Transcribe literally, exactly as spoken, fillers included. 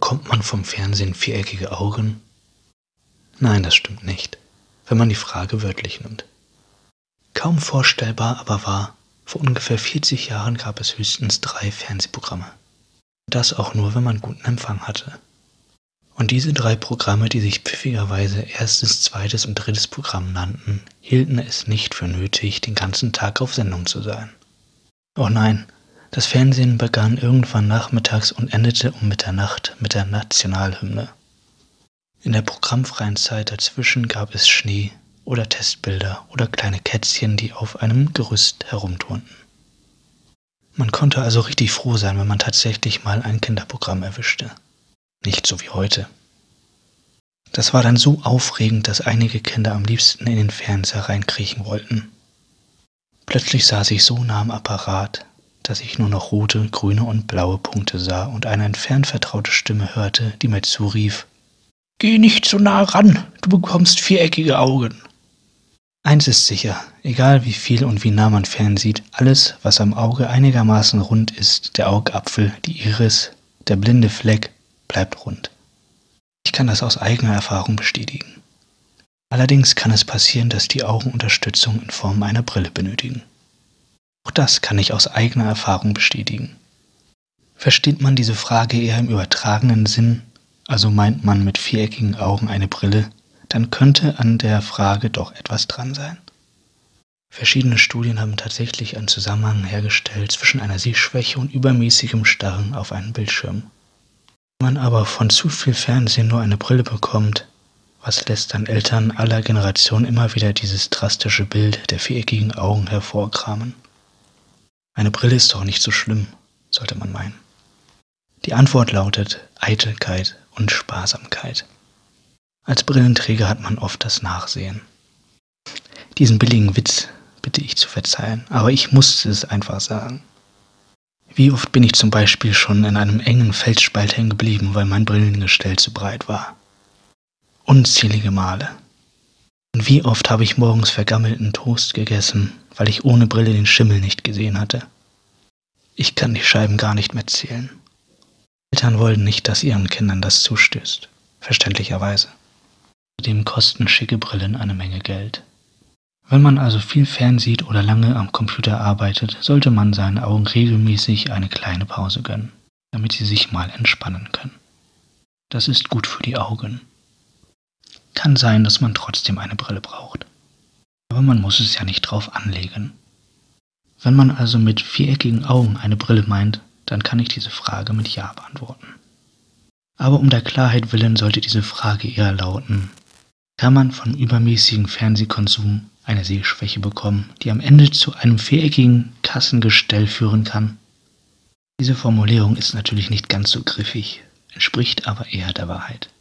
Bekommt man vom Fernsehen viereckige Augen? Nein, das stimmt nicht, wenn man die Frage wörtlich nimmt. Kaum vorstellbar, aber wahr, vor ungefähr vierzig Jahren gab es höchstens drei Fernsehprogramme. Das auch nur, wenn man guten Empfang hatte. Und diese drei Programme, die sich pfiffigerweise erstes, zweites und drittes Programm nannten, hielten es nicht für nötig, den ganzen Tag auf Sendung zu sein. Oh nein, das Fernsehen begann irgendwann nachmittags und endete um Mitternacht mit der Nationalhymne. In der programmfreien Zeit dazwischen gab es Schnee oder Testbilder oder kleine Kätzchen, die auf einem Gerüst herumturnten. Man konnte also richtig froh sein, wenn man tatsächlich mal ein Kinderprogramm erwischte. Nicht so wie heute. Das war dann so aufregend, dass einige Kinder am liebsten in den Fernseher reinkriechen wollten. Plötzlich saß ich so nah am Apparat, dass ich nur noch rote, grüne und blaue Punkte sah und eine entfernt vertraute Stimme hörte, die mir zurief: »Geh nicht so nah ran, du bekommst viereckige Augen.« Eins ist sicher, egal wie viel und wie nah man fernsieht, alles, was am Auge einigermaßen rund ist, der Augapfel, die Iris, der blinde Fleck, bleibt rund. Ich kann das aus eigener Erfahrung bestätigen. Allerdings kann es passieren, dass die Augen Unterstützung in Form einer Brille benötigen. Auch das kann ich aus eigener Erfahrung bestätigen. Versteht man diese Frage eher im übertragenen Sinn, also meint man mit viereckigen Augen eine Brille, dann könnte an der Frage doch etwas dran sein. Verschiedene Studien haben tatsächlich einen Zusammenhang hergestellt zwischen einer Sehschwäche und übermäßigem Starren auf einen Bildschirm. Wenn man aber von zu viel Fernsehen nur eine Brille bekommt, was lässt dann Eltern aller Generationen immer wieder dieses drastische Bild der viereckigen Augen hervorkramen? Eine Brille ist doch nicht so schlimm, sollte man meinen. Die Antwort lautet Eitelkeit und Sparsamkeit. Als Brillenträger hat man oft das Nachsehen. Diesen billigen Witz bitte ich zu verzeihen, aber ich musste es einfach sagen. Wie oft bin ich zum Beispiel schon in einem engen Felsspalt hängen geblieben, weil mein Brillengestell zu breit war? Unzählige Male. Und wie oft habe ich morgens vergammelten Toast gegessen, weil ich ohne Brille den Schimmel nicht gesehen hatte? Ich kann die Scheiben gar nicht mehr zählen. Eltern wollen nicht, dass ihren Kindern das zustößt, verständlicherweise. Zudem kosten schicke Brillen eine Menge Geld. Wenn man also viel fernsieht oder lange am Computer arbeitet, sollte man seinen Augen regelmäßig eine kleine Pause gönnen, damit sie sich mal entspannen können. Das ist gut für die Augen. Kann sein, dass man trotzdem eine Brille braucht. Aber man muss es ja nicht drauf anlegen. Wenn man also mit viereckigen Augen eine Brille meint, dann kann ich diese Frage mit Ja beantworten. Aber um der Klarheit willen sollte diese Frage eher lauten: Kann man von übermäßigem Fernsehkonsum eine Sehschwäche bekommen, die am Ende zu einem viereckigen Kassengestell führen kann? Diese Formulierung ist natürlich nicht ganz so griffig, entspricht aber eher der Wahrheit.